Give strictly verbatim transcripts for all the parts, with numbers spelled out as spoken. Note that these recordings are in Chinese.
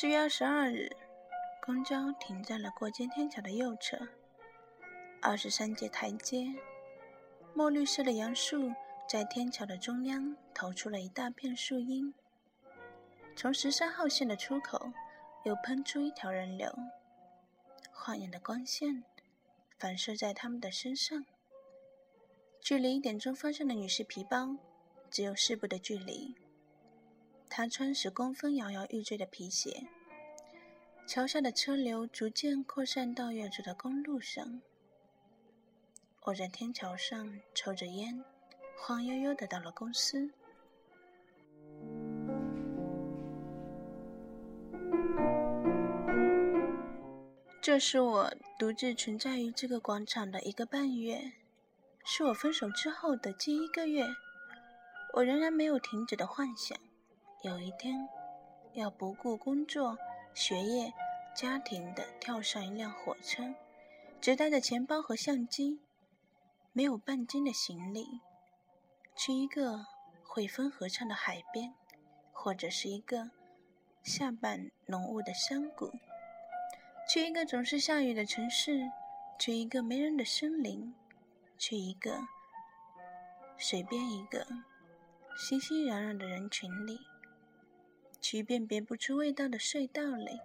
十月二十二日，公交停在了过街天桥的右侧，二十三阶台阶，墨绿色的杨树在天桥的中央投出了一大片树荫。从十三号线的出口又喷出一条人流，晃眼的光线反射在他们的身上。距离一点钟方向的女士皮包只有四步的距离，她穿十公分摇摇欲坠的皮鞋。桥下的车流逐渐扩散到远处的公路上。我在天桥上抽着烟，晃悠悠地到了公司。这是我独自存在于这个广场的一个半月，是我分手之后的近一个月。我仍然没有停止的幻想，有一天要不顾工作、学业、家庭的跳上一辆火车，只带着钱包和相机，没有半斤的行李，去一个会风合唱的海边，或者是一个下半浓雾的山谷，去一个总是下雨的城市，去一个没人的森林，去一个随便一个熙熙攘攘的人群里，去辨别不出味道的隧道里。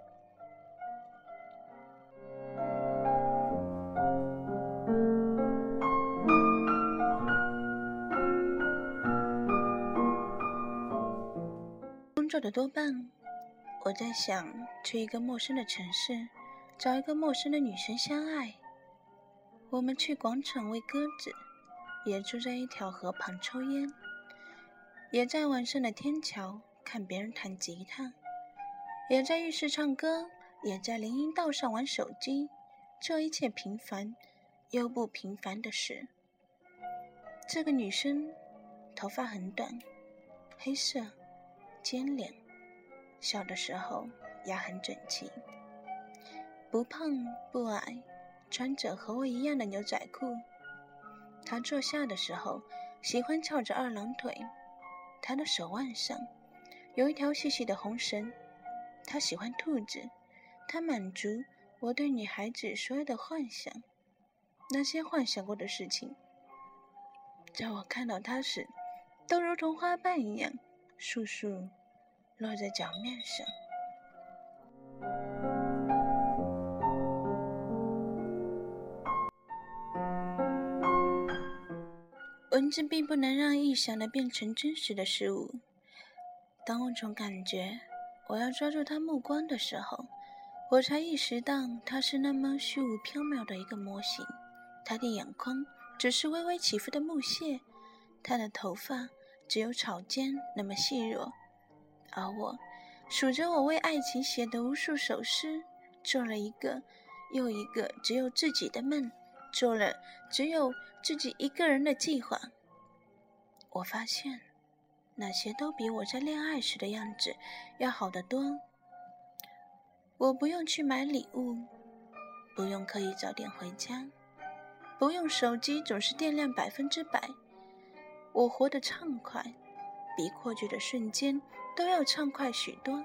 工作的多半，我在想去一个陌生的城市，找一个陌生的女生相爱。我们去广场喂鸽子，也住在一条河旁抽烟，也在晚上的天桥看别人弹吉他，也在浴室唱歌，也在林荫道上玩手机，做一切平凡又不平凡的事。这个女生头发很短，黑色，尖脸，笑的时候牙很整齐，不胖不矮，穿着和我一样的牛仔裤。她坐下的时候喜欢翘着二郎腿，她的手腕上有一条细细的红绳。她喜欢兔子，她满足我对女孩子所有的幻想。那些幻想过的事情，在我看到她时，都如同花瓣一样簌簌落在脚面上。文字并不能让臆想的变成真实的事物。当我总感觉我要抓住他目光的时候，我才意识到他是那么虚无缥缈的一个模型。他的眼眶只是微微起伏的木屑，他的头发只有草尖那么细弱，而我数着我为爱情写的无数首诗，做了一个又一个只有自己的梦，做了只有自己一个人的计划。我发现那些都比我在恋爱时的样子要好得多。我不用去买礼物，不用刻意早点回家，不用手机总是电量百分之百。我活得畅快，比扩剧的瞬间都要畅快许多。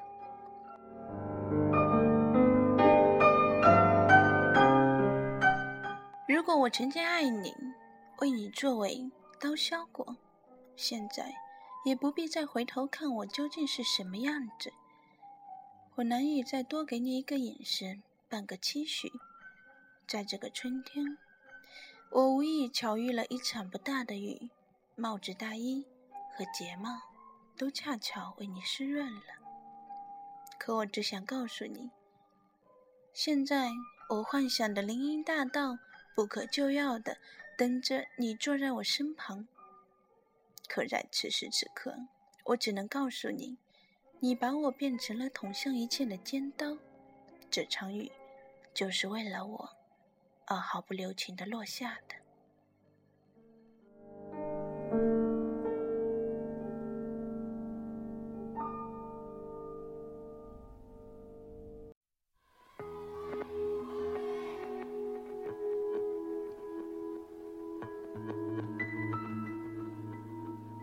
如果我曾经爱你，为你作为刀削过，现在也不必再回头看我究竟是什么样子。我难以再多给你一个眼神，半个期许。在这个春天，我无意巧遇了一场不大的雨，帽子、大衣和睫毛都恰巧为你湿润了。可我只想告诉你，现在我幻想的林荫大道不可救药的等着你坐在我身旁。可在此时此刻，我只能告诉你，你把我变成了捅向一切的尖刀。这场雨就是为了我而毫不留情地落下的。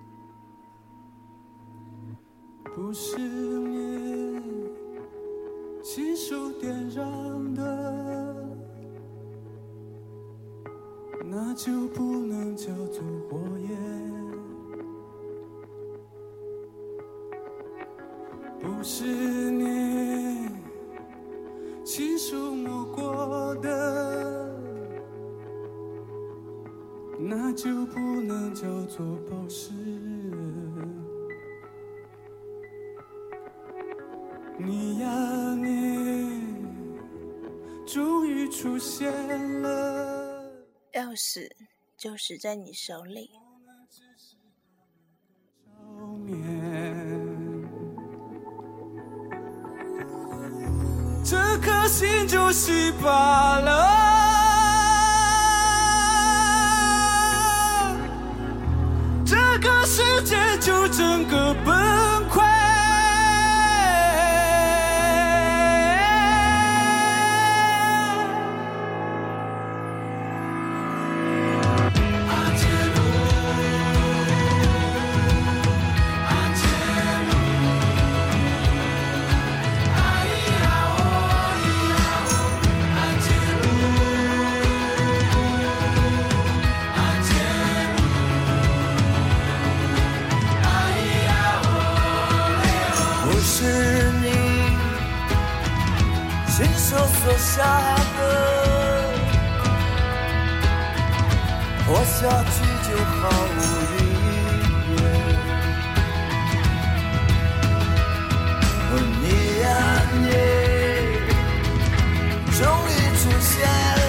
不是念， 手点燃的，那就不能叫做火焰。不是你亲手摸过的，那就不能叫做宝石。你呀你终于出现了， 要死就死在你手里。 这颗心就稀巴了，这个世界就整个崩溃。 所下的，活下去就毫无意义。哦，你呀你，终于出现。